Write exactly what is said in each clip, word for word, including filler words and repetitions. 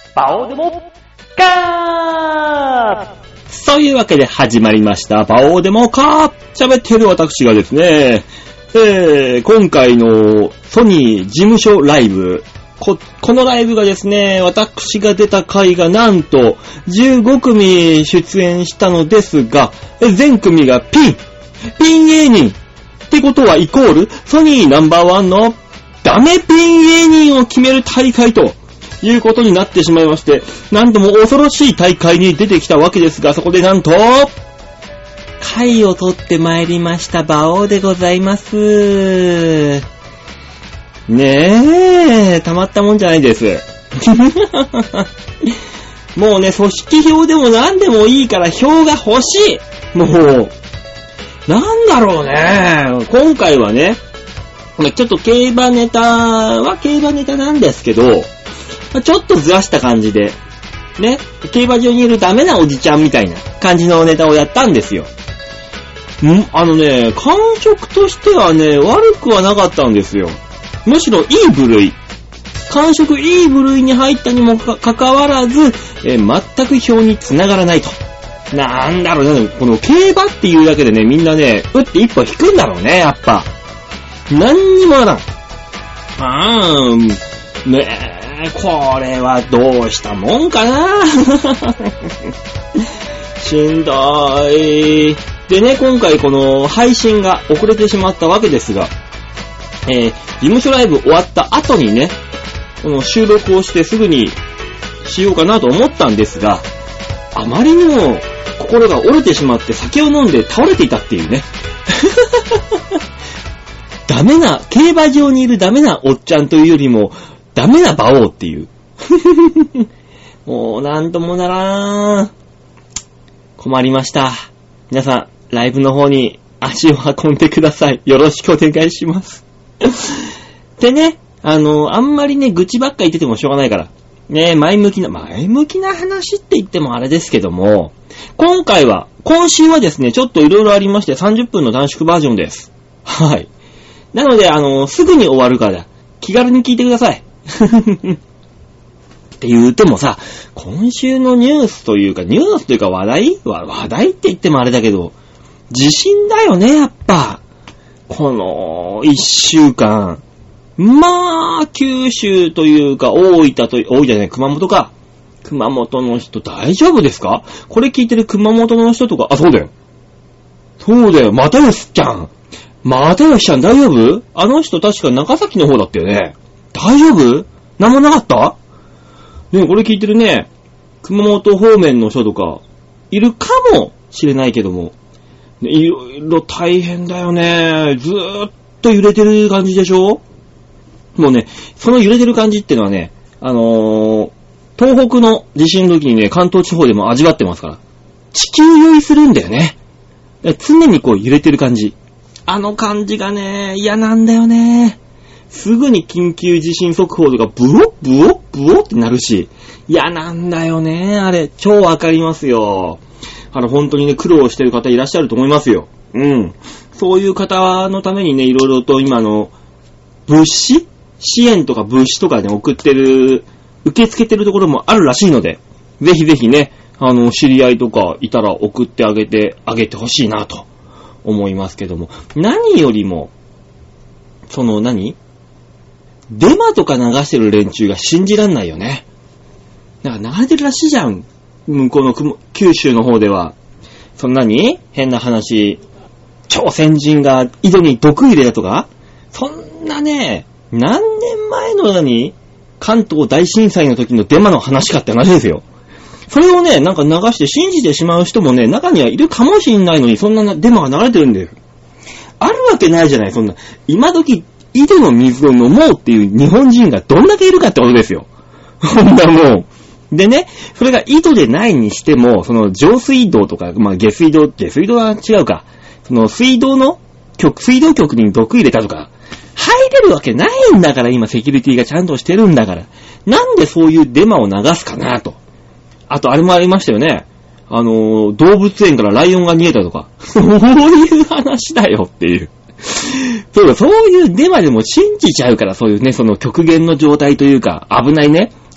バオでもかー。 そういうわけで始まりました。バオでもかー。喋っている私がですね、えー、今回のソニー事務所ライブ、こ、このライブがですね、私が出た回がなんとじゅうごくみ出演したのですが、全組がピンピン芸人ってことはイコールソニーナンバーワンのダメピン芸人を決める大会ということになってしまいまして、なんとも恐ろしい大会に出てきたわけですが、そこでなんと回を取ってまいりましたバオでございます。ねえ、たまったもんじゃないです。もうね、組織票でも何でもいいから票が欲しい。もう、なんだろうね。今回はね、ちょっと競馬ネタは競馬ネタなんですけど、ちょっとずらした感じで、ね、競馬場にいるダメなおじちゃんみたいな感じのネタをやったんですよ。んあのね、感触としてはね、悪くはなかったんですよ。むしろいい部類。感触いい部類に入ったにもか、かかわらず、えー、全く票に繋がらないと。なんだろうね、この競馬っていうだけでね、みんなね、打って一歩引くんだろうね、やっぱ。何にもならん。あー、ねえ、これはどうしたもんかな。しんどい。でね、今回この配信が遅れてしまったわけですが、えー、事務所ライブ終わった後にね、この収録をしてすぐにしようかなと思ったんですが、あまりにも心が折れてしまって酒を飲んで倒れていたっていうね。ダメな、競馬場にいるダメなおっちゃんというよりも、ダメな馬王っていう。もうなんともならん。困りました。皆さん、ライブの方に足を運んでください。よろしくお願いします。でね、あの、あんまりね、愚痴ばっか言っててもしょうがないから。ね、前向きな、前向きな話って言ってもあれですけども、今回は、今週はですね、ちょっといろいろありましてさんじゅっぷんの短縮バージョンです。はい。なので、あの、すぐに終わるから、気軽に聞いてください。って言うてもさ、今週のニュースというか、ニュースというか話題話題って言ってもあれだけど、地震だよね、やっぱ。この一週間。まあ、九州というか、大分と、大分じゃない、熊本か。熊本の人大丈夫ですか？これ聞いてる熊本の人とか、あ、そうだよ。そうだよ、又吉ちゃん。又吉ちゃん大丈夫？あの人確か長崎の方だったよね。大丈夫？なんもなかった？でもこれ聞いてるね、熊本方面の人とか、いるかもしれないけども、いろいろ大変だよね。ずーっと揺れてる感じでしょ？もうね、その揺れてる感じってのはね、あのー、東北の地震の時にね、関東地方でも味わってますから。地球酔いするんだよね。常にこう揺れてる感じ。あの感じがね、嫌なんだよね。すぐに緊急地震速報とかブオッブオッブオッってなるし、嫌なんだよね。あれ、超わかりますよ。あの、本当にね、苦労してる方いらっしゃると思いますよ。うん。そういう方のためにね、いろいろと今の、物資支援とか物資とかね、送ってる、受け付けてるところもあるらしいので、ぜひぜひね、あの、知り合いとかいたら送ってあげて、あげてほしいなと思いますけども。何よりも、その何デマとか流してる連中が信じらんないよね。なんか流れてるらしいじゃん。向こうの九州の方では。そんなに変な話、朝鮮人が井戸に毒入れたとかそんなね、何年前の何関東大震災の時のデマの話かって話ですよ。それをね、なんか流して信じてしまう人もね、中にはいるかもしんないのに、そんなデマが流れてるんだよ。あるわけないじゃない、そんな。今時、井戸の水を飲もうっていう日本人がどんだけいるかってことですよ。ほんだもう。でね、それが井戸でないにしても、その上水道とか、まあ下水道、下水道は違うか。その水道の局、水道局に毒入れたとか、入れるわけないんだから、今セキュリティがちゃんとしてるんだから。なんでそういうデマを流すかなと。あとあれもありましたよね。あのー、動物園からライオンが逃げたとか。そういう話だよっていう。そうそういうデマでも信じちゃうから、そういうね、その極限の状態というか、危ないね、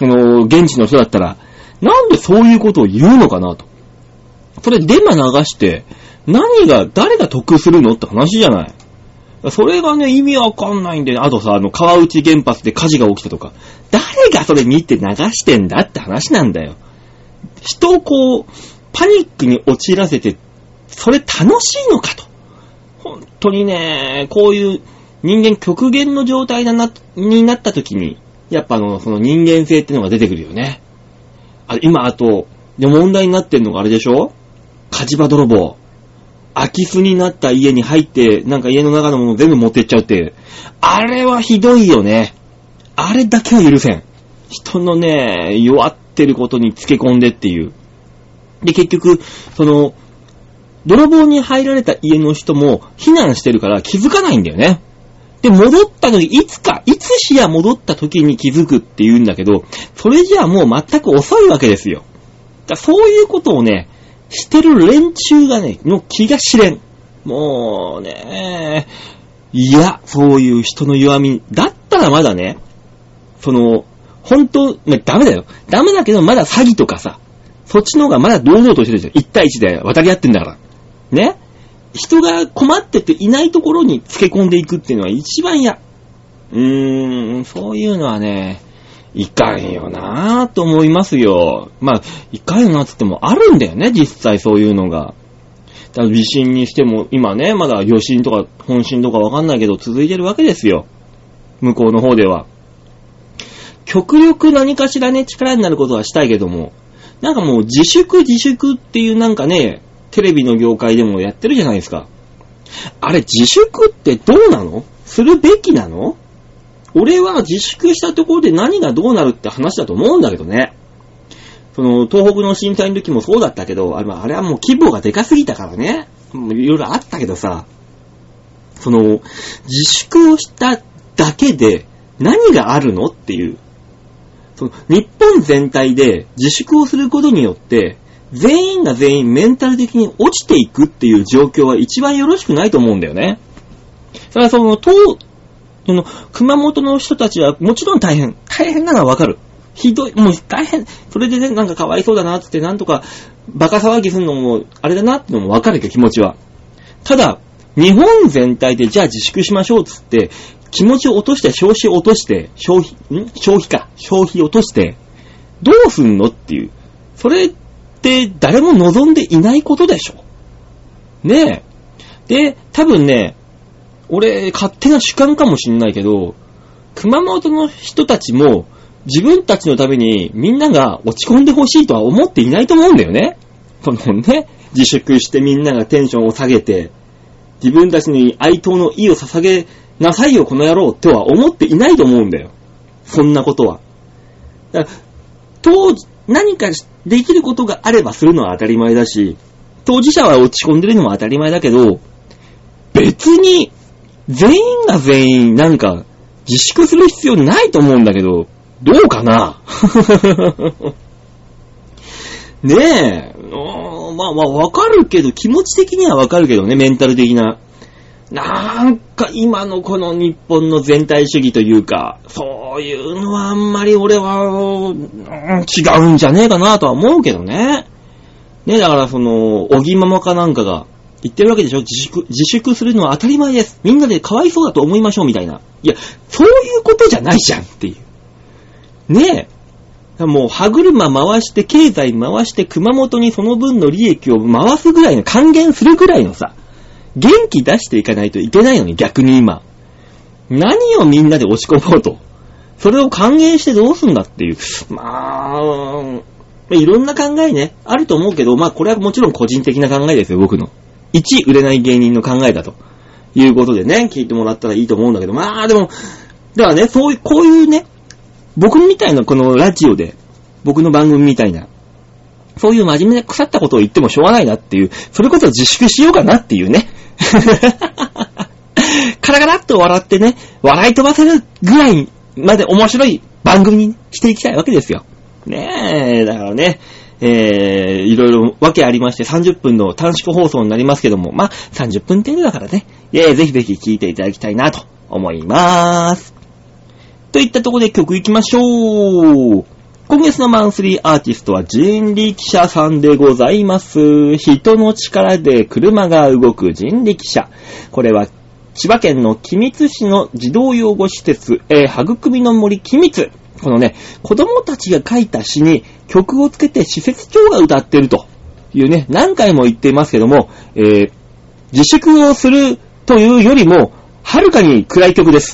その、現地の人だったら、なんでそういうことを言うのかなと。それデマ流して、何が、誰が得するのって話じゃない。それがね、意味わかんないんで、あとさ、あの、川内原発で火事が起きたとか、誰がそれ見て流してんだって話なんだよ。人をこう、パニックに陥らせて、それ楽しいのかと。本当にね、こういう人間極限の状態だな、になった時に、やっぱあの、その人間性っていうのが出てくるよね。あ今、あと、で問題になってんのがあれでしょ？火事場泥棒。空き巣になった家に入って、なんか家の中のもの全部持ってっちゃうって。あれはひどいよね。あれだけは許せん。人のね、弱ってることにつけ込んでっていう。で、結局、その、泥棒に入られた家の人も避難してるから気づかないんだよね。で、戻った時、いつか、いつしや戻った時に気づくって言うんだけど、それじゃあもう全く遅いわけですよ。だそういうことをね、してる連中がね、の気が知れん。もうね、いや、そういう人の弱み、だったらまだね、その、本当、まあ、ダメだよ。ダメだけど、まだ詐欺とかさ、そっちの方がまだ堂々としてるじゃん。一対一で渡り合ってんだから。ね？人が困ってていないところにつけ込んでいくっていうのは一番嫌。うーん、そういうのはね、いかんよなぁと思いますよ。まあ、いかんよなって言ってもあるんだよね、実際そういうのが。だから地震にしても、今ね、まだ余震とか本震とかわかんないけど続いてるわけですよ。向こうの方では。極力何かしらね、力になることはしたいけども、なんかもう自粛自粛っていうなんかね、テレビの業界でもやってるじゃないですか。あれ自粛ってどうなの？するべきなの？俺は自粛したところで何がどうなるって話だと思うんだけどね。その、東北の震災の時もそうだったけど、あれは、あれはもう規模がでかすぎたからね。いろいろあったけどさ、その、自粛をしただけで何があるのっていう。その、日本全体で自粛をすることによって、全員が全員メンタル的に落ちていくっていう状況は一番よろしくないと思うんだよね。それはその、東、その、熊本の人たちはもちろん大変。大変なのはわかる。ひどい、もう大変。それでね、なんかかわいそうだなってなんとかバカ騒ぎするのもあれだなってのもわかるけど気持ちは。ただ、日本全体でじゃあ自粛しましょうっつって気持ちを落として消費を落として消費、ん消費か。消費を落としてどうすんのっていう。それって誰も望んでいないことでしょ。ねえ。で、多分ね、俺、勝手な主観かもしんないけど、熊本の人たちも、自分たちのためにみんなが落ち込んでほしいとは思っていないと思うんだよね。そのね、自粛してみんながテンションを下げて、自分たちに哀悼の意を捧げなさいよ、この野郎とは思っていないと思うんだよ。そんなことは。だから当時、何かできることがあればするのは当たり前だし、当事者は落ち込んでるのも当たり前だけど、別に、全員が全員なんか自粛する必要ないと思うんだけど、どうかなねえ、まあまあわかるけど、気持ち的にはわかるけどね、メンタル的な。なんか今のこの日本の全体主義というか、そういうのはあんまり俺は、うん、違うんじゃねえかなとは思うけどね。ね、だからその、おぎママかなんかが、言ってるわけでしょ。自粛、自粛するのは当たり前です。みんなでかわいそうだと思いましょうみたいな。いや、そういうことじゃないじゃんっていう。ねえ。もう歯車回して経済回して熊本にその分の利益を回すぐらいの還元するぐらいのさ、元気出していかないといけないのに逆に今。何をみんなで押し込もうと。それを還元してどうすんだっていう。まあ、いろんな考えね、あると思うけど、まあこれはもちろん個人的な考えですよ、僕の。一売れない芸人の考えだということでね、聞いてもらったらいいと思うんだけど、まあでも、だからね、そういう、こういうね、僕みたいなこのラジオで、僕の番組みたいな、そういう真面目な腐ったことを言ってもしょうがないなっていう、それこそ自粛しようかなっていうね。カラカラっと笑ってね、笑い飛ばせるぐらいまで面白い番組にしていきたいわけですよ。ねえ、だからね、えー、いろいろわけありましてさんじゅっぷんの短縮放送になりますけども、まあ、さんじゅっぷん程度だからね、えー、ぜひぜひ聞いていただきたいなと思います。といったところで曲いきましょう。 今月のマンスリーアーティストは人力車さんでございます。人の力で車が動く人力車。これは千葉県の君津市の児童養護施設、えー、育みの森君津。このね、子供たちが書いた詩に曲をつけて施設長が歌ってるというね、何回も言っていますけども、えー、自粛をするというよりも、はるかに暗い曲です。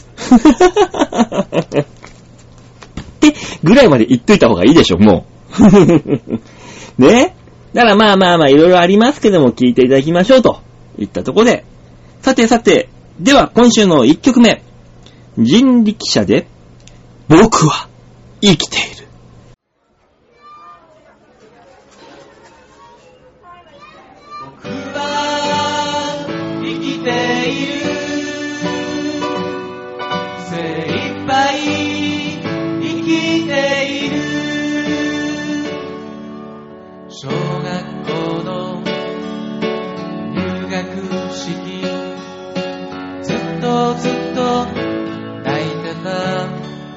ってぐらいまで言っといた方がいいでしょ、もう。ね。だからまあまあまあいろいろありますけども聞いていただきましょうといったところで。さてさて、では今週のいっきょくめ。人力車で僕は生きている。 僕は生きている。精一杯生きている。小学校の入学式、ずっとずっと泣いてた。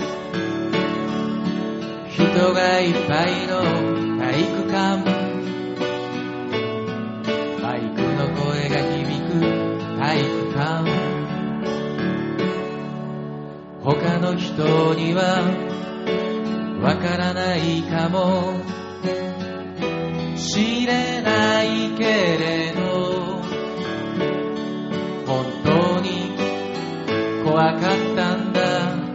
人がいっぱいの体育館、バイクの声が響く体育館。他の人にはわからないかもしれないけれど、本当に怖かったんだ。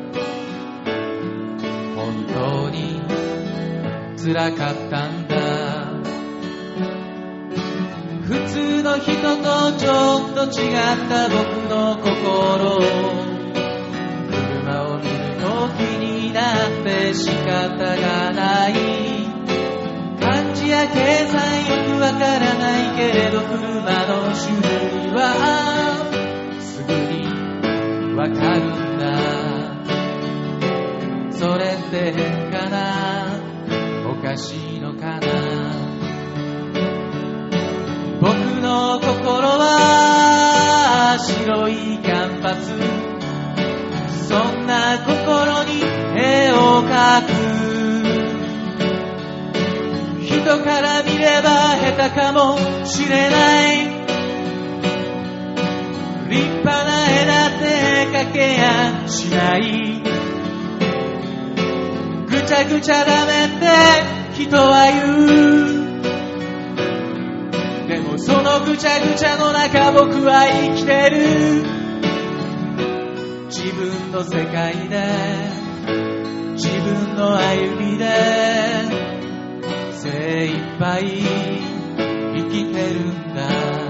本当に辛かったんだ。普通の人とちょっと違った僕の心、車を見ると気になって仕方がない。漢字や計算よくわからないけれど、車の種類はすぐにわかるんだ。それって変かな、おかしいのかな。僕の心は白いキャンバス、そんな心に絵を描く。人から見れば下手かもしれない。立派な絵だって描けやしない。ぐちゃぐちゃダメって人は言う。でもそのぐちゃぐちゃの中僕は生きてる。自分の世界で自分の歩みで精一杯生きてるんだ。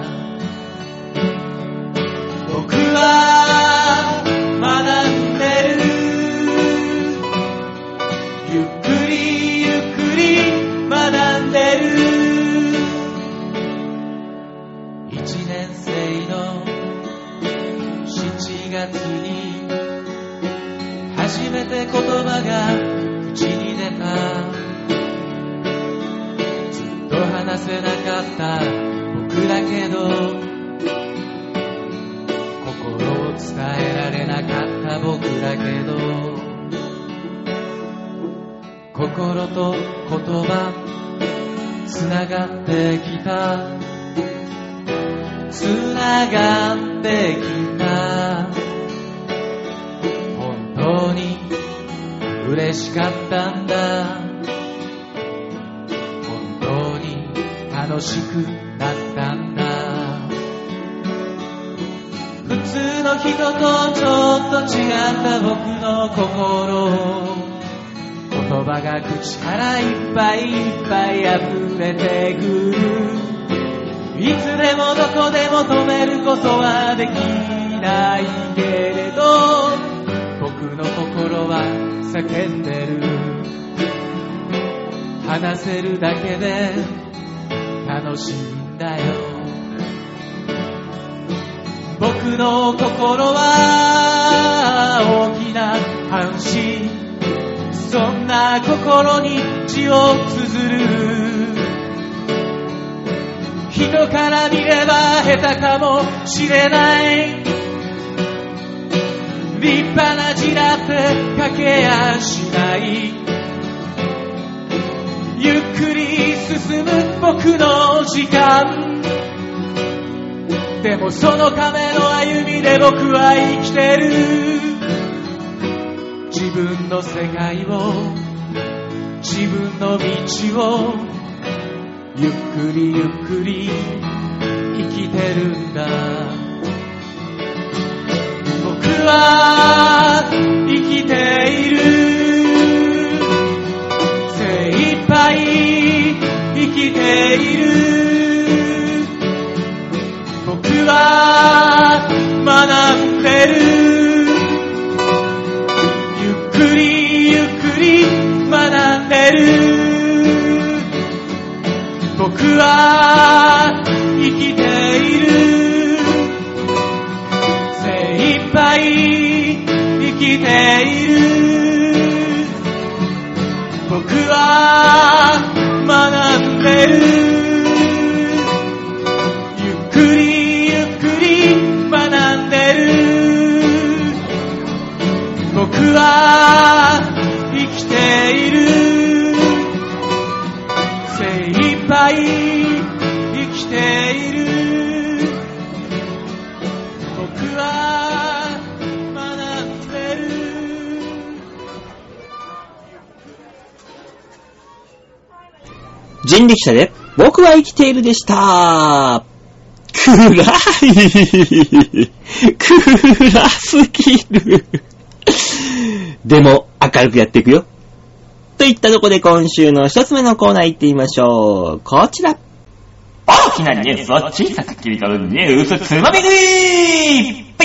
僕は学んでる。ゆっくりゆっくり学んでる。一年生の七月に初めて言葉が口に出た。ずっと話せなかった僕だけど、心を伝えられなかった僕だけど、心と言葉つながってきた。つながってきた。本当に嬉しかったんだ。本当に楽しくなったんだ。普通の人とちょっと違った僕の心、言葉が口からいっぱいいっぱい溢れてくる。いつでもどこでも止めることはできないけれど、僕の心は叫んでる。話せるだけで楽しいんだよ。僕の心は大きな阪神、そんな心に血を綴る。人から見れば下手かもしれない。立派な字だって書けやしない。 くり進む僕の時間、でもその亀の歩みで僕は生きてる。自分の世界を、自分の道をゆっくりゆっくり生きてるんだ。僕は生きている、精一杯生きている。僕は学んでる、ゆっくりゆっくり学んでる。僕は生きている、精一杯生きている。僕は学んでる、ゆっくりゆっくり学んでる。僕は生きている、精一杯生きている。僕は学んでる。 人力車で僕は生きているでした。暗い。暗すぎる。でも明るくやっていくよ。といったところで今週の一つ目のコーナー行ってみましょう。こちら。大きなニュースを小さく切り取るニュースつまみ食い。はい。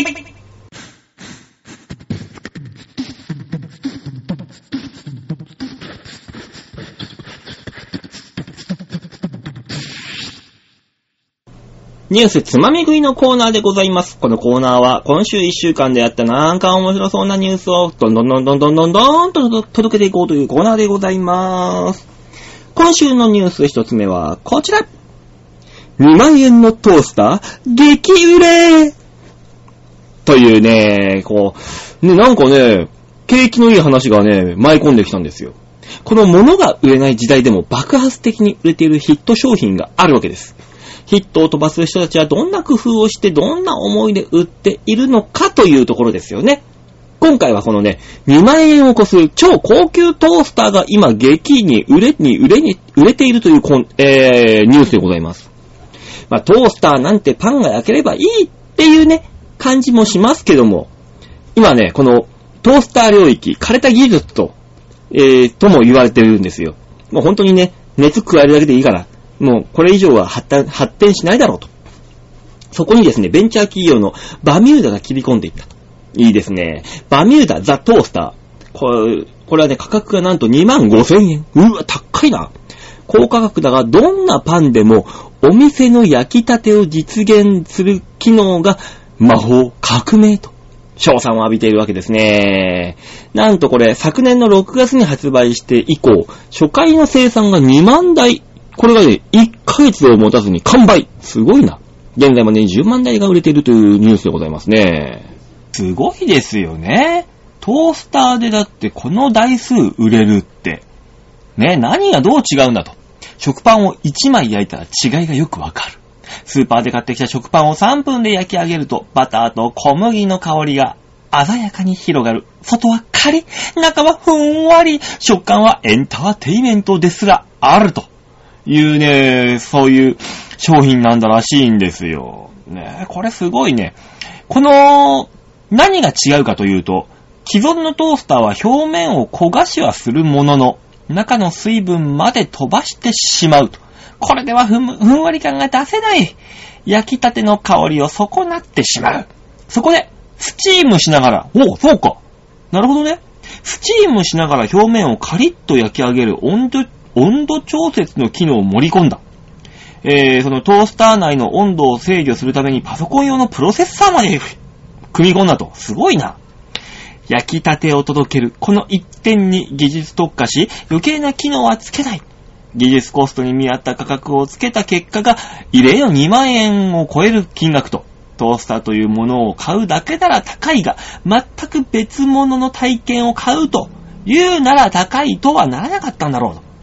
ニュースつまみ食いのコーナーでございます。このコーナーは今週いっしゅうかんであったなんか面白そうなニュースをどんどんどんどんどんどんどんと届けていこうというコーナーでございます。今週のニュース一つ目はこちら。にまんえんのトースター激売れというね、こう、ね、なんかね、景気のいい話がね、舞い込んできたんですよ。この物が売れない時代でも爆発的に売れているヒット商品があるわけです。ヒットを飛ばす人たちはどんな工夫をしてどんな思いで売っているのかというところですよね。今回はこのね、にまんえんを超す超高級トースターが今激に売れに売れに売れているというコン、えー、ニュースでございます。まあトースターなんてパンが焼ければいいっていうね、感じもしますけども、今ね、このトースター領域、枯れた技術と、えー、とも言われてるんですよ。もう本当にね、熱加えるだけでいいから、もうこれ以上は発展、発展しないだろうと。そこにですね、ベンチャー企業のバミューダが切り込んでいったと。いいですね。バミューダザトースター。これ、これはね、価格がなんとにまんごせんえん。うわ、高いな。高価格だが、どんなパンでもお店の焼きたてを実現する機能が魔法、革命と称賛を浴びているわけですね。なんとこれ、昨年のろくがつに発売して以降、初回の生産がにまんだい。これがね、いっかげつを持たずに完売。すごいな。現在もね、じゅうまんだいが売れているというニュースでございますね。すごいですよね。トースターでだってこの台数売れるって。ね、何がどう違うんだと。食パンをいちまい焼いたら違いがよくわかる。スーパーで買ってきた食パンをさんぷんで焼き上げると、バターと小麦の香りが鮮やかに広がる。外はカリッ、中はふんわり。食感はエンターテイメントですらあると。いうね、そういう商品なんだらしいんですよ。ね、これすごいね。この、何が違うかというと、既存のトースターは表面を焦がしはするものの、中の水分まで飛ばしてしまうと。これではふん、ふんわり感が出せない。焼きたての香りを損なってしまう。そこで、スチームしながら、おう、そうか。なるほどね。スチームしながら表面をカリッと焼き上げる温度、温度調節の機能を盛り込んだ。えー、そのトースター内の温度を制御するためにパソコン用のプロセッサーまで組み込んだと。すごいな。焼きたてを届ける。この一点に技術特化し、余計な機能はつけない。技術コストに見合った価格をつけた結果が、異例のにまんえんを超える金額と。トースターというものを買うだけなら高いが、全く別物の体験を買うというなら高いとはならなかったんだろうと。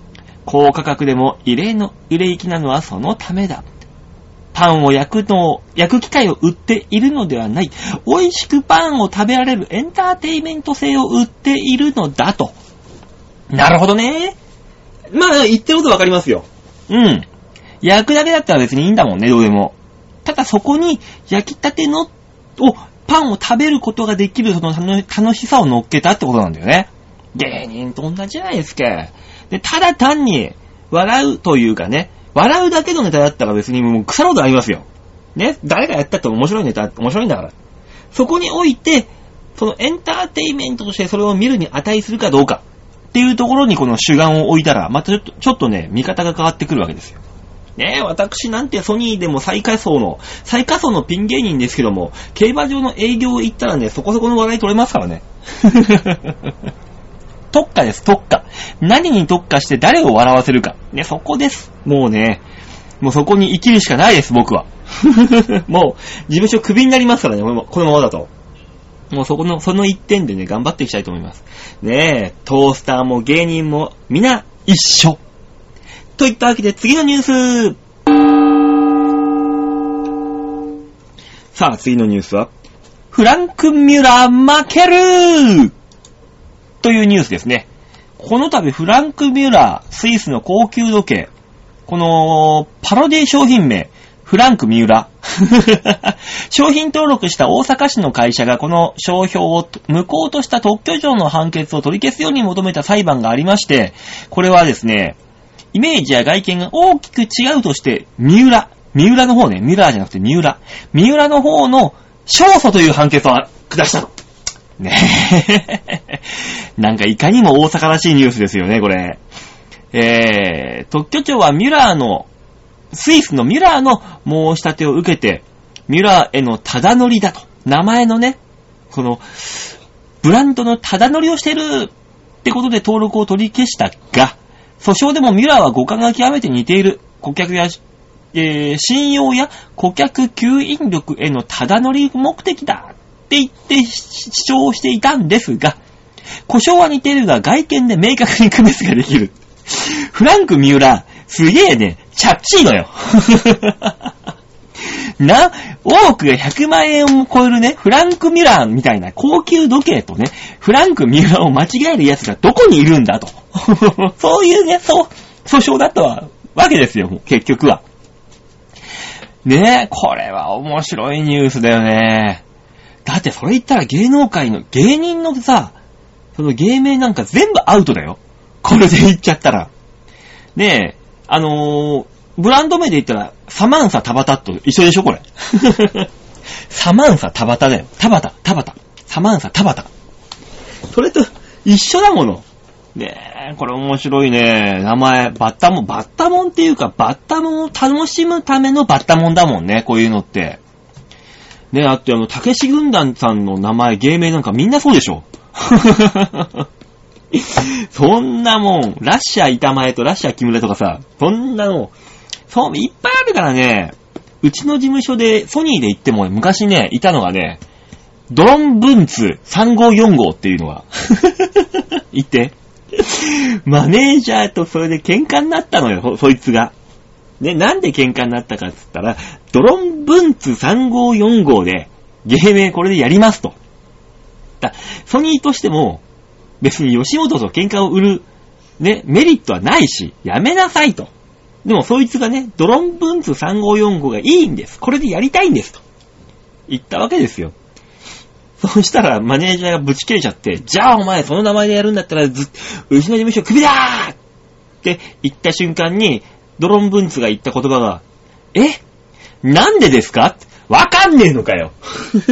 高価格でも異例の売れ行きなのはそのためだ。パンを焼くのを、焼く機械を売っているのではない。美味しくパンを食べられるエンターテイメント性を売っているのだと。なるほどね。まあ、言ってることわかりますよ。うん。焼くだけだったら別にいいんだもんね、どうでも。ただそこに焼きたての、を、パンを食べることができるその楽しさを乗っけたってことなんだよね。芸人と同じじゃないですか。で、ただ単に笑うというかね、笑うだけのネタだったら別にもう腐るほどありますよ。ね、誰がやったって面白いネタ、面白いんだから。そこにおいて、そのエンターテイメントとしてそれを見るに値するかどうかっていうところにこの主眼を置いたら、またちょっと、ちょっとね、見方が変わってくるわけですよ。ねえ、私なんてソニーでも最下層の、最下層のピン芸人ですけども、競馬場の営業行ったらね、そこそこの笑い取れますからね。特化です、特化。何に特化して誰を笑わせるか。ね、そこです。もうね、もうそこに生きるしかないです、僕は。もう、事務所クビになりますからね、このままだと。もうそこの、その一点でね、頑張っていきたいと思います。ねえ、トースターも芸人も、みな、一緒。といったわけで、次のニュース。さあ、次のニュースは、フランク・ミュラー負けるというニュースですね。この度フランク・ミュラー、スイスの高級時計、このパロディ商品名、フランク・ミュラー。商品登録した大阪市の会社がこの商標を無効とした特許庁の判決を取り消すように求めた裁判がありまして、これはですね、イメージや外見が大きく違うとして、ミュラ、ミュラの方ね、ミュラーじゃなくてミュラ、ミュラの方の勝訴という判決を下したの。ねえ。なんかいかにも大阪らしいニュースですよね、これ。えー、特許庁はミュラーの、スイスのミュラーの申し立てを受けて、ミュラーへのただ乗りだと。名前のね、この、ブランドのただ乗りをしてるってことで登録を取り消したが、訴訟でもミュラーは互換が極めて似ている。顧客や、えー、信用や顧客吸引力へのただ乗り目的だって言って主張していたんですが、故障は似ているが外見で明確に区別ができる。フランク・ミュラー、すげえね、チャッチーのよ。な、多くがひゃくまんえんを超えるね、フランク・ミュラーみたいな高級時計とね、フランク・ミュラーを間違える奴がどこにいるんだと。そういうね、そう、訴訟だったわけですよ、結局は。ねえ、これは面白いニュースだよね。だってそれ言ったら芸能界の、芸人のさ、その芸名なんか全部アウトだよ。これで言っちゃったら。ねえ、あのー、ブランド名で言ったら、サマンサタバタと一緒でしょ、これ。サマンサタバタだよ。タバタ、タバタ。サマンサタバタ。それと一緒だもの。ねえ、これ面白いね。名前、バッタモン、バッタモンっていうか、バッタモンを楽しむためのバッタモンだもんね、こういうのって。ねえ、あとあの、たけし軍団さんの名前、芸名なんかみんなそうでしょ。そんなもん、ラッシャー板前とラッシャー木村とかさ、そんなの、そう、いっぱいあるからね、うちの事務所で、ソニーで行っても昔ね、いたのがね、ドロンブンツさんごーよんごーっていうのが、いて、マネージャーとそれで喧嘩になったのよ、そいつが。ね、なんで喧嘩になったかって言ったら、ドロンブンツさんごーよんごーで、芸名これでやりますと。だソニーとしても、別に吉本と喧嘩を売る、ね、メリットはないし、やめなさいと。でもそいつがね、ドロンブンツさんごーよんごーがいいんです。これでやりたいんですと。言ったわけですよ。そうしたらマネージャーがブチ切れちゃって、じゃあお前その名前でやるんだったらず、うちの事務所クビだーって言った瞬間に、ドロンブンツが言った言葉が、え？なんでですか？わかんねえのかよ。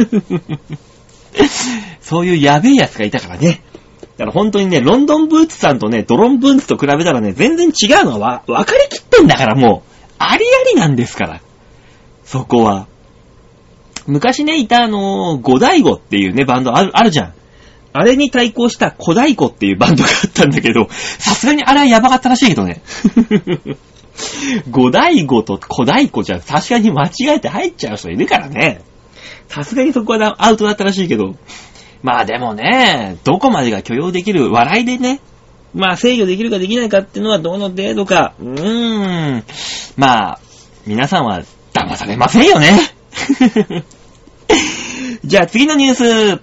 そういうやべえやつがいたからね。だから本当にね、ロンドンブーツさんとね、ドロンブンツと比べたらね、全然違うのはわ、分かりきってんだからもう、ありありなんですから。そこは。昔ね、いたあのー、ゴダイゴっていうね、バンドある、あるじゃん。あれに対抗したコダイコっていうバンドがあったんだけど、さすがにあれはやばかったらしいけどね。ゴダイゴとコダイコじゃ確かに間違えて入っちゃう人いるからね。さすがにそこはアウトだったらしいけど。まあでもね、どこまでが許容できる笑いでね、 まあ制御できるかできないかっていうのはどの程度か。うーん。まあ、皆さんは騙されませんよね。じゃあ次のニュース。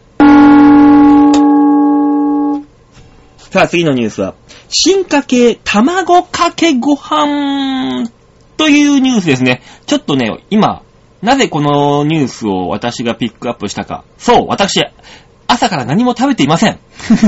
さあ次のニュースは、進化系卵かけご飯というニュースですね。ちょっとね、今、なぜこのニュースを私がピックアップしたか。そう、私、朝から何も食べていません。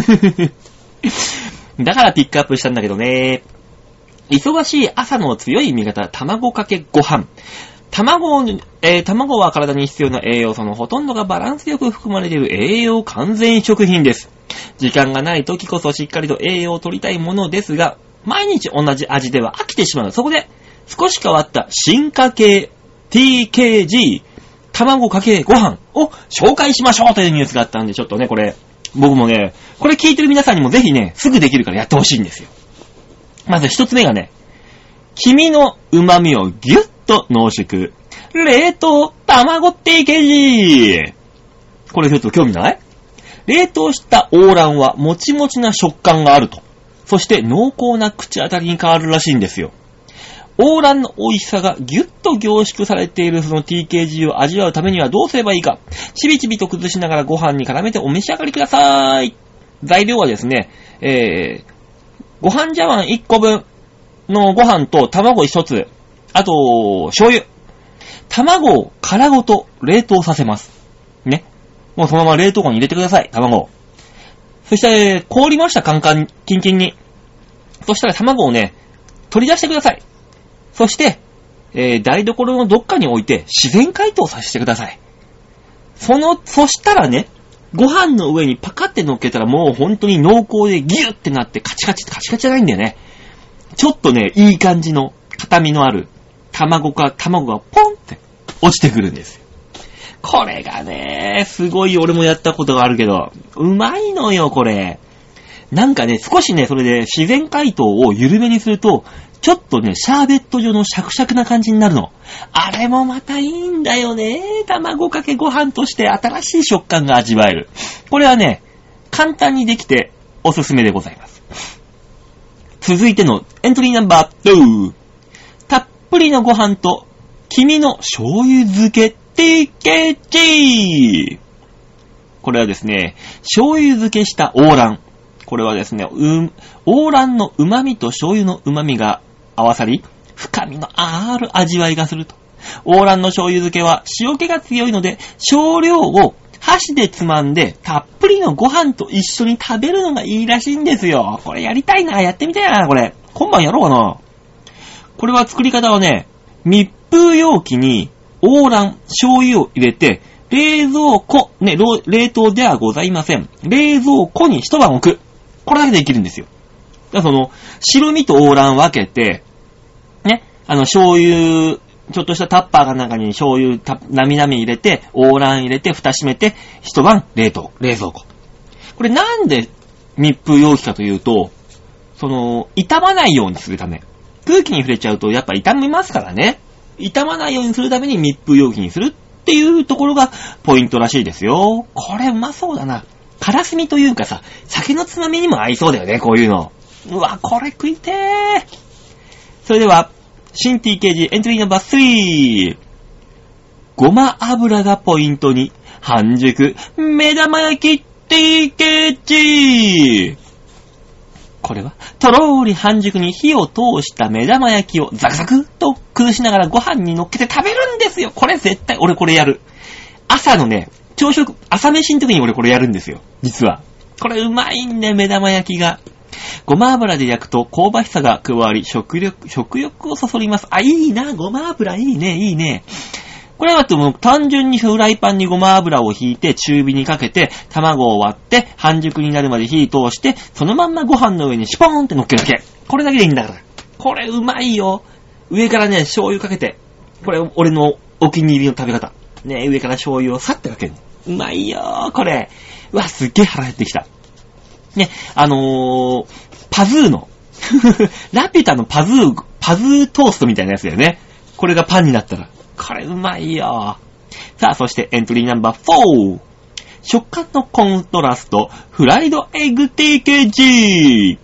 だからピックアップしたんだけどね。忙しい朝の強い味方、卵かけご飯。卵、えー、卵は体に必要な栄養素のほとんどがバランスよく含まれている栄養完全食品です。時間がない時こそしっかりと栄養を取りたいものですが、毎日同じ味では飽きてしまう。そこで、少し変わった進化系 ティーケージー 卵かけご飯を紹介しましょうというニュースがあったんで、ちょっとね、これ、僕もね、これ聞いてる皆さんにもぜひね、すぐできるからやってほしいんですよ。まず一つ目がね、黄身の旨味をギュッと濃縮。冷凍卵 ティーケージー。これちょっと興味ない？冷凍した黄卵はもちもちな食感があると。そして濃厚な口当たりに変わるらしいんですよ。黄卵の美味しさがギュッと凝縮されているその ティーケージー を味わうためにはどうすればいいか。ちびちびと崩しながらご飯に絡めてお召し上がりください。材料はですね、えー、ご飯茶碗いっこぶんのご飯と卵ひとつ、あと、醤油。卵を殻ごと冷凍させます。ね。もうそのまま冷凍庫に入れてください、卵を。そして、凍りました、カンカン、キンキンに。そしたら卵をね、取り出してください。そして、えー、台所のどっかに置いて自然解凍させてください。その、そしたらね、ご飯の上にパカって乗っけたらもう本当に濃厚でギュッってなってカチカチってカチカチじゃないんだよね。ちょっとね、いい感じの硬みのある卵か、卵がポンって落ちてくるんですよ。これがね、すごい俺もやったことがあるけど、うまいのよ、これ。なんかね、少しね、それで自然解凍を緩めにすると、ちょっとね、シャーベット状のシャクシャクな感じになるの。あれもまたいいんだよね。卵かけご飯として新しい食感が味わえる。これはね、簡単にできておすすめでございます。続いてのエントリーナンバーに。たっぷりのご飯と黄身の醤油漬け ティーケージー。これはですね、醤油漬けした黄卵。これはですね、うん、黄卵の旨味と醤油の旨味が合わさり、深みのある味わいがすると。黄卵の醤油漬けは塩気が強いので、少量を箸でつまんで、たっぷりのご飯と一緒に食べるのがいいらしいんですよ。これやりたいな、やってみたいな、これ。今晩やろうかな。これは作り方はね、密封容器に黄卵、醤油を入れて、冷蔵庫、ね、冷凍ではございません。冷蔵庫に一晩置く。これだけでできるんですよ。だからその、白身と黄卵分けて、ね、あの、醤油、ちょっとしたタッパーかなんかに醤油た、なみなみ入れて、黄卵入れて、蓋閉めて、一晩冷凍、冷蔵庫。これなんで密封容器かというと、その、傷まないようにするため。空気に触れちゃうとやっぱ傷みますからね。傷まないようにするために密封容器にするっていうところがポイントらしいですよ。これうまそうだな。カラスミというかさ、酒のつまみにも合いそうだよね、こういうの。うわ、これ食いてー。それでは、新 ティーケージー エントリーナンバースリー。ごま油がポイントに、半熟、目玉焼き ティーケージー。これは、とろーり半熟に火を通した目玉焼きをザクザクっと崩しながらご飯に乗っけて食べるんですよ。これ絶対、俺これやる。朝のね、朝食、朝飯の時に俺これやるんですよ。実は。これうまいんね、目玉焼きが。ごま油で焼くと香ばしさが加わり、食欲、食欲をそそります。あ、いいな、ごま油いいね、いいね。これはってもう単純にフライパンにごま油を引いて中火にかけて卵を割って半熟になるまで火通してそのまんまご飯の上にシュポーンって乗っけるだけ。これだけでいいんだから。これうまいよ。上からね、醤油かけて。これ俺のお気に入りの食べ方。ね、上から醤油をさってかける。うまいよー、これ。うわ、すっげえ腹減ってきた。ね、あのー、パズーの、ラピュタのパズー、パズートーストみたいなやつだよね。これがパンになったら。これうまいよ。さあ、そしてエントリーナンバーフォー。食感のコントラスト、フライドエッグ ティーケージー。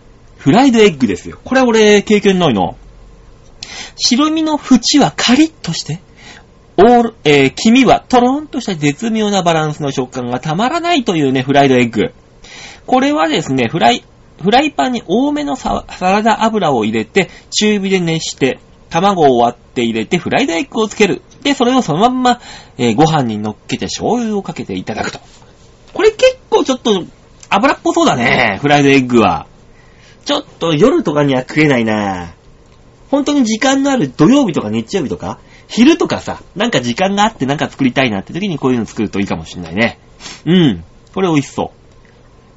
フライドエッグですよ。これは俺経験ないな。白身の縁はカリッとして、オール、えー、黄身はトロンとした絶妙なバランスの食感がたまらないというね、フライドエッグ。これはですね、フライ、フライパンに多めのサラダ油を入れて、中火で熱して、卵を割って入れて、フライドエッグをつける。で、それをそのまんま、えー、ご飯に乗っけて醤油をかけていただくと。これ結構ちょっと油っぽそうだね、フライドエッグは。ちょっと夜とかには食えないな。本当に時間のある土曜日とか日曜日とか、昼とかさ、なんか時間があってなんか作りたいなって時にこういうの作るといいかもしれないね。うん。これ美味しそう。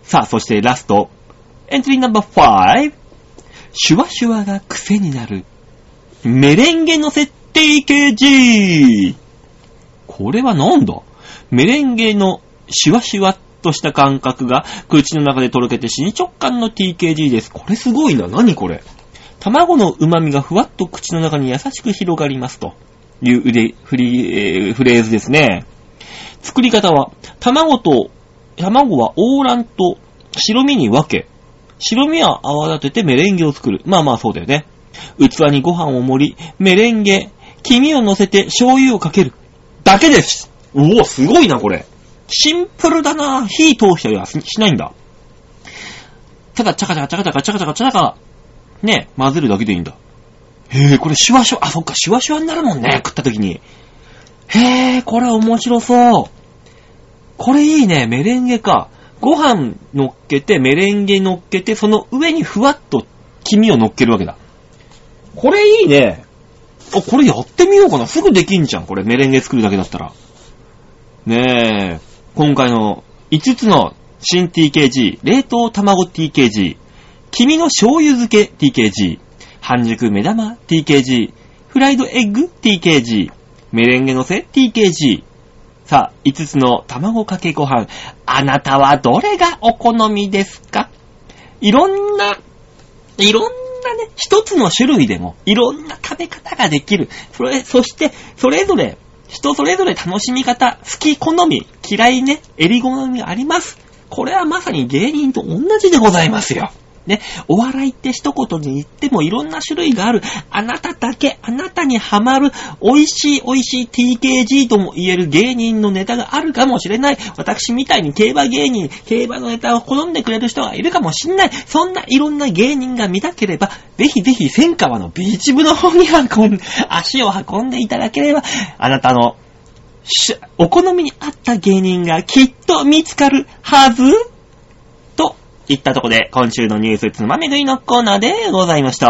さあ、そしてラスト。エントリーナンバーファイブ。シュワシュワが癖になる。メレンゲのせ ティーケージー。これはなんだ？メレンゲのシュワシュワっとした感覚が口の中でとろけて新食感の ティーケージー です。これすごいな。何これ？卵の旨味がふわっと口の中に優しく広がりますというフリ、フリ、えー、フレーズですね。作り方は、卵と、卵は黄卵と白身に分け、白身は泡立ててメレンゲを作る。まあまあそうだよね。器にご飯を盛り、メレンゲ、黄身を乗せて醤油をかける。だけです。うお、すごいなこれ。シンプルだな。火通したりはしないんだ。ただ、チャカチャカチャカチャカチャカチャカチャカ、ね、混ぜるだけでいいんだ。へぇ、これシュワシュワ、あ、そっか、シュワシュワになるもんね、食った時に。へぇ、これ面白そう。これいいね、メレンゲか。ご飯乗っけて、メレンゲ乗っけて、その上にふわっと黄身を乗っけるわけだ。これいいね。あ、これやってみようかな。すぐできんじゃん、これ。メレンゲ作るだけだったら。ねえ、今回のいつつの新 ティーケージー、冷凍卵 ティーケージー、黄身の醤油漬け ティーケージー、半熟目玉 ティーケージー、フライドエッグ ティーケージー、メレンゲのせ ティーケージー。さあ、いつつの卵かけご飯、あなたはどれがお好みですか？いろんな、いろんなね、一つの種類でも、いろんな食べ方ができる。それ、そして、それぞれ、人それぞれ楽しみ方、好き好み、嫌いね、襟好みがあります。これはまさに芸人と同じでございますよ。ね、お笑いって一言に言ってもいろんな種類がある。あなただけ、あなたにハマる、美味しい美味しい ティーケージー とも言える芸人のネタがあるかもしれない。私みたいに競馬芸人、競馬のネタを好んでくれる人がいるかもしれない。そんないろんな芸人が見たければ、ぜひぜひ千川のビーチ部の方に運ん、足を運んでいただければ、あなたのお好みに合った芸人がきっと見つかるはずといったところで、今週のニュースつまみ食いのコーナーでございました。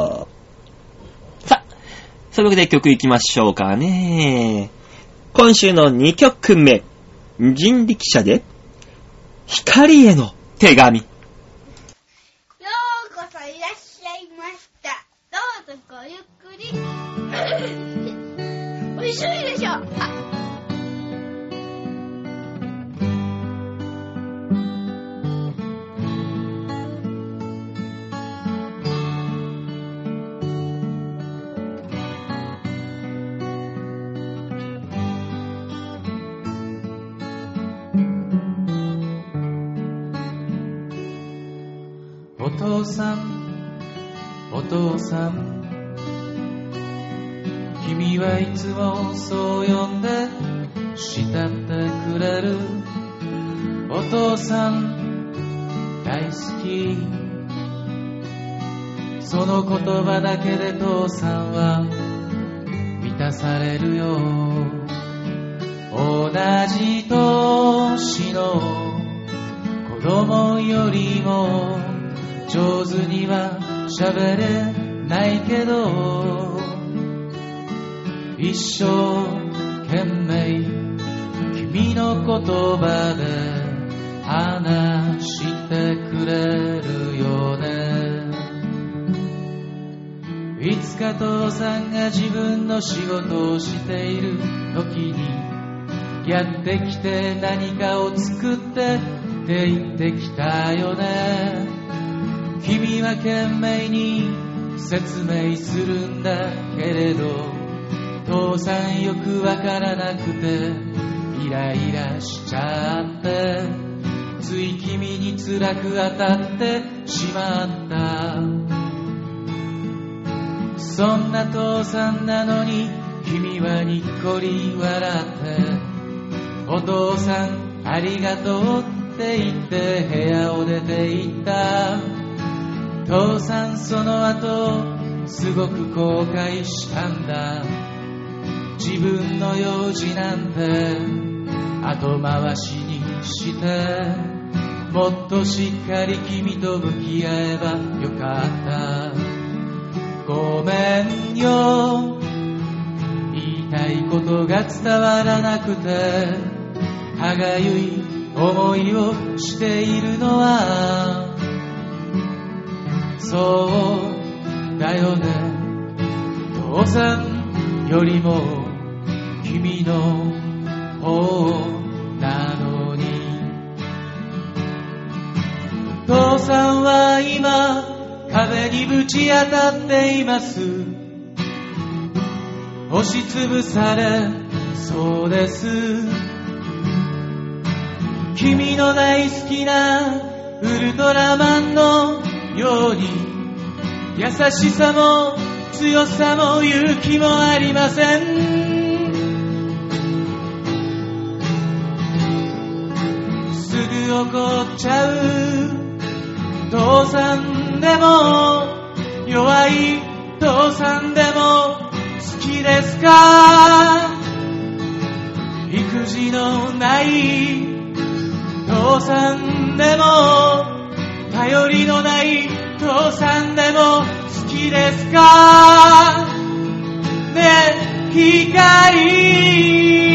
さあ、そういうわけで曲いきましょうかね。今週のにきょくめ、人力車で光への手紙。 ようこそいらっしゃいました。どうぞごゆっくり。おいしいでしょ。あお父さん、お父さん、君はいつもそう呼んで慕ってくれる。お父さん大好き、その言葉だけで父さんは満たされるよ。同じ年の子供よりも上手には喋れないけど、一生懸命君の言葉で話してくれるよね。いつか父さんが自分の仕事をしている時にやってきて何かを作ってって言ってきたよね。君は懸命に説明するんだけれど、父さんよくわからなくてイライラしちゃって、つい君に辛く当たってしまった。そんな父さんなのに君はにっこり笑ってお父さんありがとうって言って部屋を出て行った。父さんその後すごく後悔したんだ。自分の用事なんて後回しにしてもっとしっかり君と向き合えばよかった。ごめんよ言いたいことが伝わらなくて歯がゆい思いをしているのはそうだよね。父さんよりも君の方なのに。父さんは今壁にぶち当たっています。押しつぶされそうです。君の大好きなウルトラマンのように優しさも強さも勇気もありません。すぐ怒っちゃう父さんでも弱い父さんでも好きですか。育児のない父さんでも頼りのない父さんでも好きですかねえ光。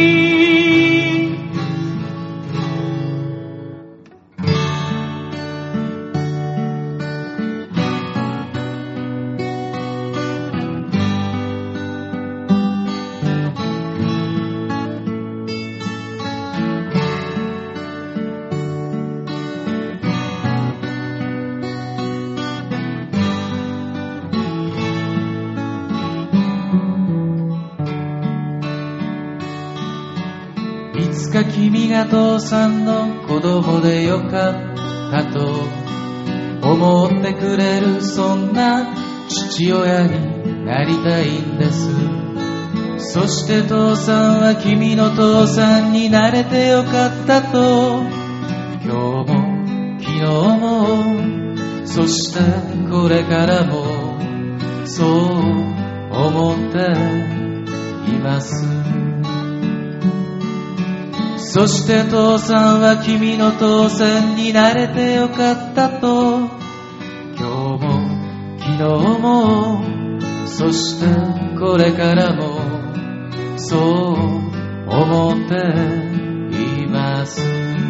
いつか君が父さんの子供でよかったと思ってくれるそんな父親になりたいんです。そして父さんは君の父さんになれてよかったと今日も昨日もそしてこれからもそう思っています。そして父さんは君の父さんになれてよかったと今日も昨日もそしてこれからもそう思っています。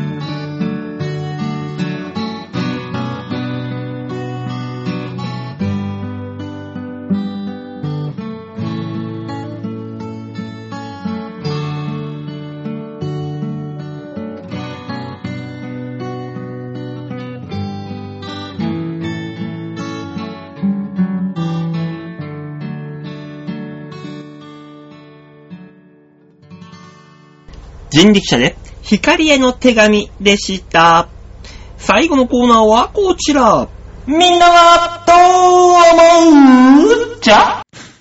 人力車で光への手紙でした。最後のコーナーはこちら。みんなはどう思う？じゃ？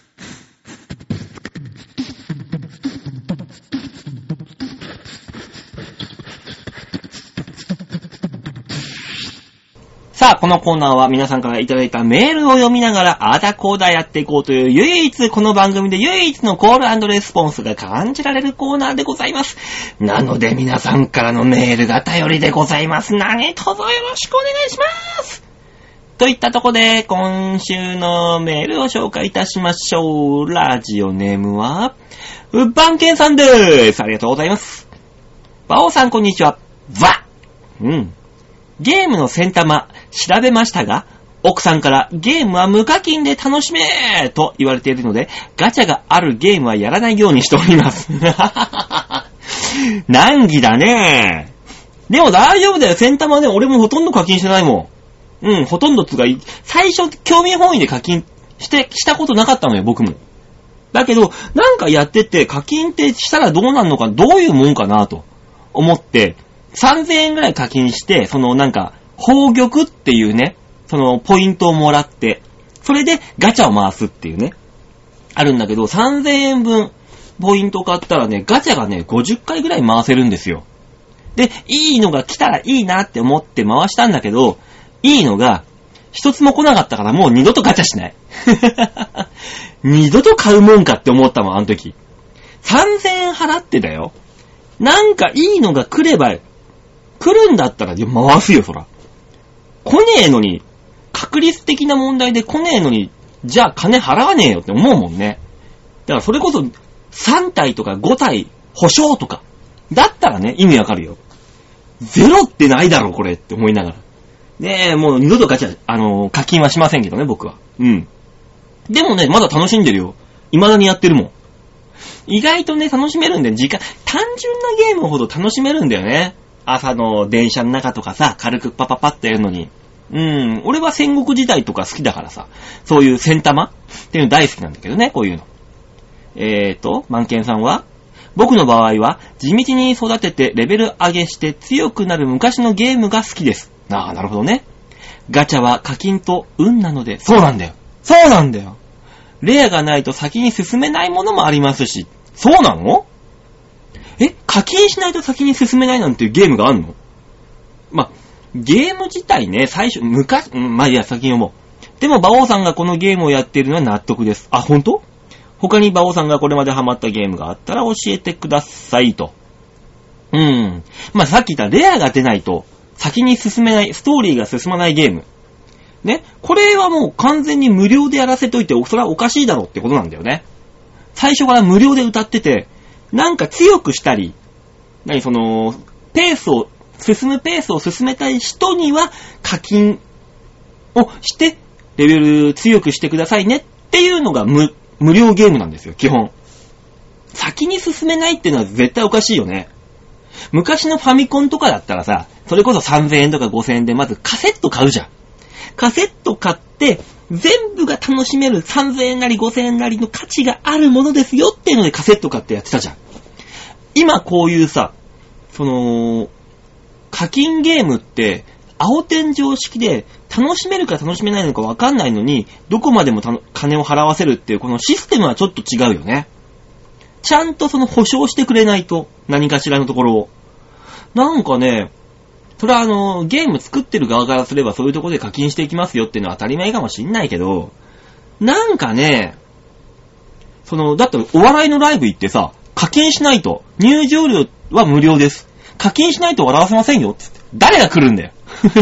さあ、このコーナーは皆さんからいただいたメールを読みながら、あだこうだやっていこうという唯一、この番組で唯一のコール&レスポンスが感じられるコーナーでございます。なので皆さんからのメールが頼りでございます。何卒よろしくお願いします。といったとこで、今週のメールを紹介いたしましょう。ラジオネームは、うっばんけんさんでーす。ありがとうございます。バオさんこんにちは。わうん。ゲームの先玉調べましたが、奥さんからゲームは無課金で楽しめーと言われているので、ガチャがあるゲームはやらないようにしております。難儀だねー。でも大丈夫だよ。先玉ね、俺もほとんど課金してないもん。うん、ほとんどつがい、最初興味本位で課金して、したことなかったのよ、僕も。だけど、なんかやってて課金ってしたらどうなんのか、どういうもんかなと思って、さんぜんえんぐらい課金して、そのなんか、宝玉っていうね、 その、ポイントをもらって、それでガチャを回すっていうね、あるんだけど、さんぜんえんぶんポイントを買ったらね、ガチャがね、ごじゅっかいぐらい回せるんですよ。で、いいのが来たらいいなって思って回したんだけど、いいのが、一つも来なかったからもう二度とガチャしない。二度と買うもんかって思ったもん、あの時。さんぜんえん払ってだよ。なんかいいのが来れば、来るんだったら回すよ、そら。来ねえのに、確率的な問題で来ねえのに、じゃあ金払わねえよって思うもんね。だからそれこそさんたいとかごたい保証とか、だったらね、意味わかるよ。ゼロってないだろ、これって思いながら。ねえ、もう二度とガチャ、あのー、課金はしませんけどね、僕は。うん。でもね、まだ楽しんでるよ。未だにやってるもん。意外とね、楽しめるんで、時間、単純なゲームほど楽しめるんだよね。朝の電車の中とかさ、軽くパパパってやるのに。うん、俺は戦国時代とか好きだからさ、そういう戦玉っていうの大好きなんだけどね、こういうの。えーと、マンケンさんは、僕の場合は、地道に育ててレベル上げして強くなる昔のゲームが好きです。ああ、なるほどね。ガチャは課金と運なので、そうなんだよ。そうなんだよ。レアがないと先に進めないものもありますし、そうなの？え、課金しないと先に進めないなんていうゲームがあんの？ま、ゲーム自体ね、最初、昔、うん、まあいいや、先に読もう。でも、馬王さんがこのゲームをやっているのは納得です。あ、ほんと？他に馬王さんがこれまでハマったゲームがあったら教えてくださいと。うん。まあ、さっき言ったレアが出ないと先に進めない、ストーリーが進まないゲーム。ね。これはもう完全に無料でやらせといて、それはおかしいだろうってことなんだよね。最初から無料で歌ってて、なんか強くしたり、何その、ペースを、進むペースを進めたい人には課金をして、レベル強くしてくださいねっていうのが無、無料ゲームなんですよ、基本。先に進めないっていうのは絶対おかしいよね。昔のファミコンとかだったらさ、それこそさんぜんえんとかごせんえんでまずカセット買うじゃん。カセット買って、全部が楽しめるさんぜんえんなりごせんえんなりの価値があるものですよっていうのでカセット買ってやってたじゃん。今こういうさ、その、課金ゲームって、青天井式で楽しめるか楽しめないのか分かんないのに、どこまでも金を払わせるっていうこのシステムはちょっと違うよね。ちゃんとその保証してくれないと、何かしらのところを。なんかね、それはあの、ゲーム作ってる側からすればそういうところで課金していきますよっていうのは当たり前かもしんないけど、なんかね、その、だってお笑いのライブ行ってさ、課金しないと、入場料は無料です。課金しないと笑わせませんよってって。誰が来るんだよ。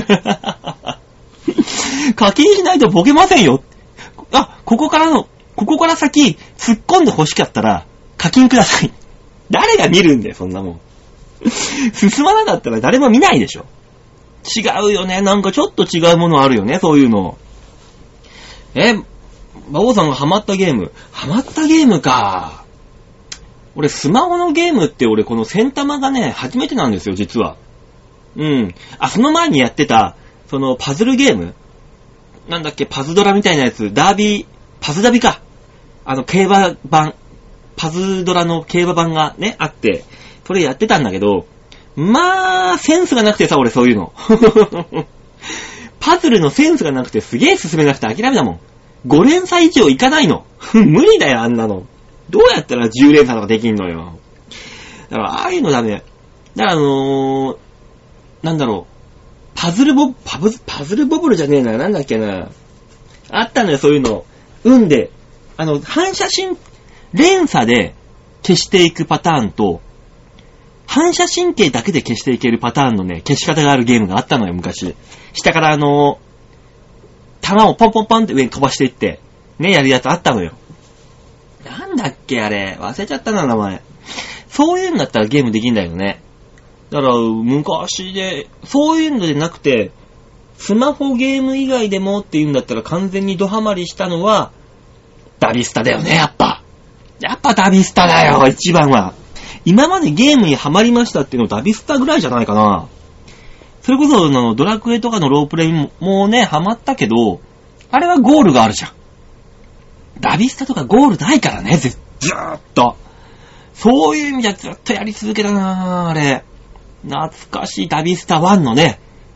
課金しないとボケませんよ。あ、ここからの、ここから先、突っ込んで欲しかったら、課金ください。誰が見るんだよ、そんなもん。進まなかったら誰も見ないでしょ。違うよね。なんかちょっと違うものあるよね、そういうの。え、馬王さんがハマったゲーム。ハマったゲームか。俺、スマホのゲームって俺、このセンタマがね、初めてなんですよ、実は。うん。あ、その前にやってた、そのパズルゲームなんだっけ、パズドラみたいなやつ、ダービー、パズダビか。あの、競馬版、パズドラの競馬版がね、あって、それやってたんだけど、まあ、センスがなくてさ、俺そういうの。パズルのセンスがなくてすげえ進めなくて諦めたもん。ご連鎖以上いかないの。無理だよ、あんなの。どうやったらじゅう連鎖とかできんのよ。だから、ああいうのダメ。だからあのー、なんだろう。パズルボ、パブ、パズルボブルじゃねえな。なんだっけな。あったのよ、そういうの。運で。あの、反射神、連鎖で消していくパターンと、反射神経だけで消していけるパターンのね、消し方があるゲームがあったのよ、昔。下からあの、弾をポンポンポンって上に飛ばしていって、ね、やるやつあったのよ。なんだっけ、あれ。忘れちゃったな、名前。そういうんだったらゲームできんだよね。だから、昔で、そういうのでなくて、スマホゲーム以外でもっていうんだったら完全にドハマりしたのは、ダビスタだよね、やっぱ。やっぱダビスタだよ、一番は。今までゲームにハマりましたっていうのダビスタぐらいじゃないかな。それこそ、のドラクエとかのロープレイも、もうね、ハマったけど、あれはゴールがあるじゃん。ダビスタとかゴールないからね、ずーっと。そういう意味じゃずっとやり続けたなぁ、あれ。懐かしいダビスタワンのね、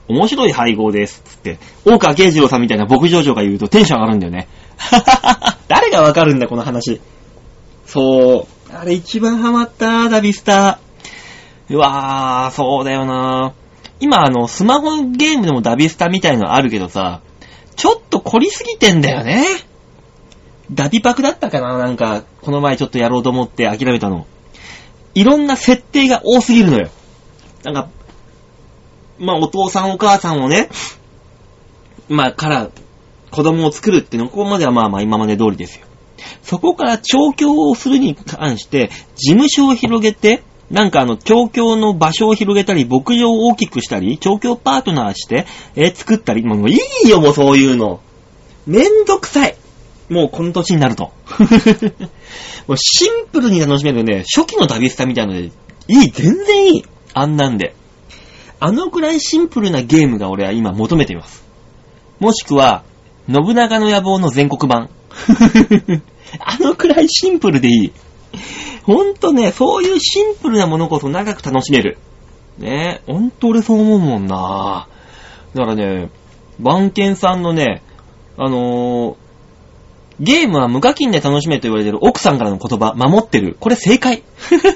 面白い配合です。つって、大川慶次郎さんみたいな牧場長が言うとテンション上がるんだよね。誰がわかるんだ、この話。そう。あれ一番ハマった、ダビスタ。うわー、そうだよな。今あの、スマホゲームでもダビスタみたいのあるけどさ、ちょっと凝りすぎてんだよね。ダビパクだったかな、なんか、この前ちょっとやろうと思って諦めたの。いろんな設定が多すぎるのよ。なんか、まあお父さんお母さんをね、まあから子供を作るっていうの、ここまではまあまあ今まで通りですよ。そこから調教をするに関して、事務所を広げて、なんかあの、調教の場所を広げたり、牧場を大きくしたり、調教パートナーして、えー、作ったり、もういいよ、もうそういうの。めんどくさい。もうこの年になると。もうシンプルに楽しめるね、初期のダビスタみたいなので、いい、全然いい。あんなんで。あのくらいシンプルなゲームが俺は今求めています。もしくは、信長の野望の全国版。あのくらいシンプルでいい。ほんとね、そういうシンプルなものこそ長く楽しめる。ねえ、ほんと俺そう思うもんな。だからね、番犬さんのね、あのー、ゲームは無課金で楽しめと言われてる奥さんからの言葉、守ってる。これ正解。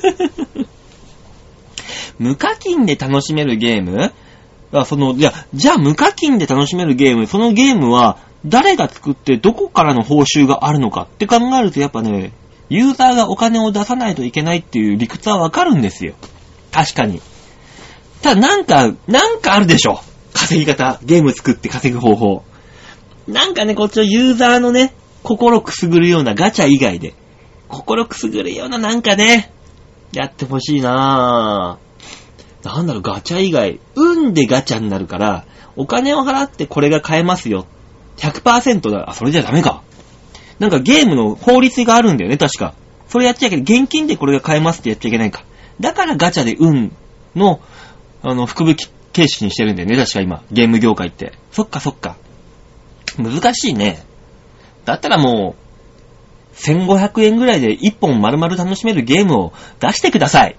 無課金で楽しめるゲーム？あ、その、じゃあ、じゃあ無課金で楽しめるゲーム、そのゲームは誰が作ってどこからの報酬があるのかって考えるとやっぱね、ユーザーがお金を出さないといけないっていう理屈はわかるんですよ。確かに。ただなんか、なんかあるでしょ。稼ぎ方。ゲーム作って稼ぐ方法。なんかね、こっちのユーザーのね、心くすぐるようなガチャ以外で、心くすぐるようななんかね、やってほしいなぁ。なんだろう、ガチャ以外。運でガチャになるから、お金を払ってこれが買えますよ。ひゃくパーセント だ。あ、それじゃダメか。なんかゲームの法律があるんだよね、確か。それやっちゃいけない。現金でこれが買えますってやっちゃいけないか。だからガチャで運の、あの、福引形式にしてるんだよね、確か今。ゲーム業界って。そっかそっか。難しいね。だったらもう、せんごひゃくえんぐらいでいっぽん丸々楽しめるゲームを出してください。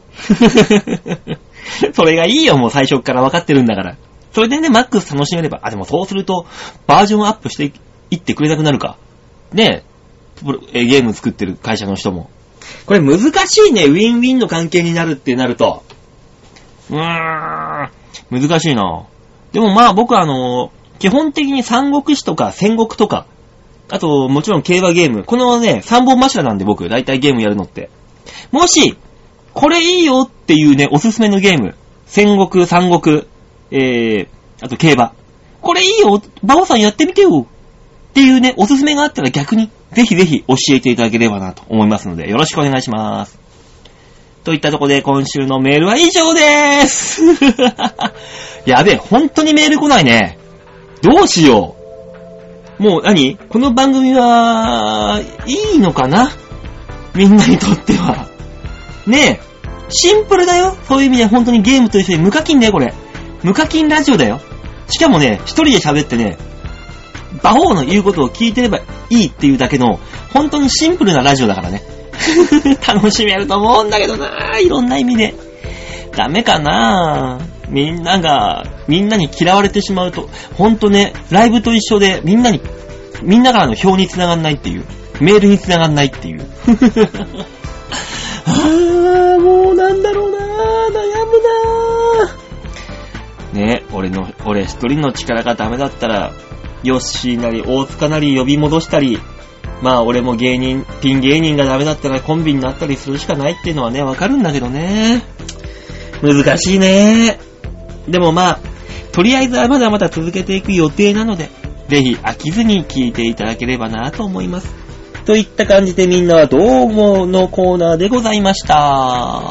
それがいいよ、もう最初から分かってるんだから。それでね、マックス楽しめれば。あ、でもそうすると、バージョンアップしていってくれなくなるか。ねえ、ゲーム作ってる会社の人も。これ難しいね、ウィンウィンの関係になるってなると。うーん、難しいな。でもまあ僕はあの、基本的に三国志とか戦国とか、あともちろん競馬ゲーム、このね、三本柱なんで僕、だいたいゲームやるのって。もし、これいいよっていうね、おすすめのゲーム、戦国、三国、えー、あと競馬。これいいよ、バオさんやってみてよっていうね、おすすめがあったら逆に、ぜひぜひ教えていただければなと思いますので、よろしくお願いします。といったところで今週のメールは以上でーす。やべえ、本当にメール来ないね。どうしよう。もう何？この番組は、いいのかな？みんなにとっては。ねえ、シンプルだよ。そういう意味で本当にゲームと一緒に無課金だよ、これ。無課金ラジオだよ。しかもね、一人で喋ってね、バオの言うことを聞いてればいいっていうだけの、本当にシンプルなラジオだからね。楽しめると思うんだけどなぁ、いろんな意味で。ダメかなぁ。みんなが、みんなに嫌われてしまうと、ほんとね、ライブと一緒でみんなに、みんなからの票に繋がんないっていう。メールに繋がんないっていう。あー、もうなんだろうなぁ、悩むなぁ。ね、俺の、俺一人の力がダメだったら、ヨッシーなり大塚なり呼び戻したり、まあ俺も芸人、ピン芸人がダメだったらコンビになったりするしかないっていうのはね、わかるんだけどね。難しいね。でもまあ、とりあえずはまだまだ続けていく予定なので、ぜひ飽きずに聞いていただければなと思います。といった感じでみんなはどうものコーナーでございました。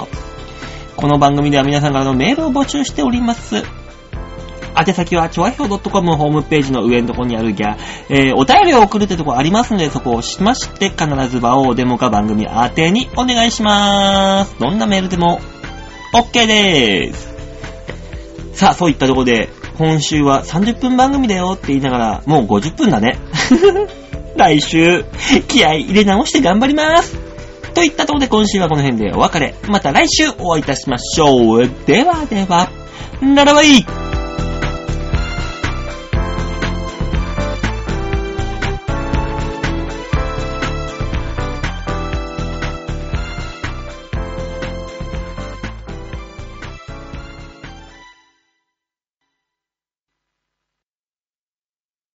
この番組では皆さんからのメールを募集しております。宛先はちょわひょう .com ホームページの上のところにあるギャ、えー、お便りを送るってところありますので、そこを押しまして必ず場をデモか番組宛てにお願いします。どんなメールでも OK でーす。さあ、そういったところで今週はさんじゅっぷん番組だよって言いながらもうごじゅっぷんだね。来週気合い入れ直して頑張ります。といったところで今週はこの辺でお別れ。また来週お会いいたしましょう。ではでは、ならばいい。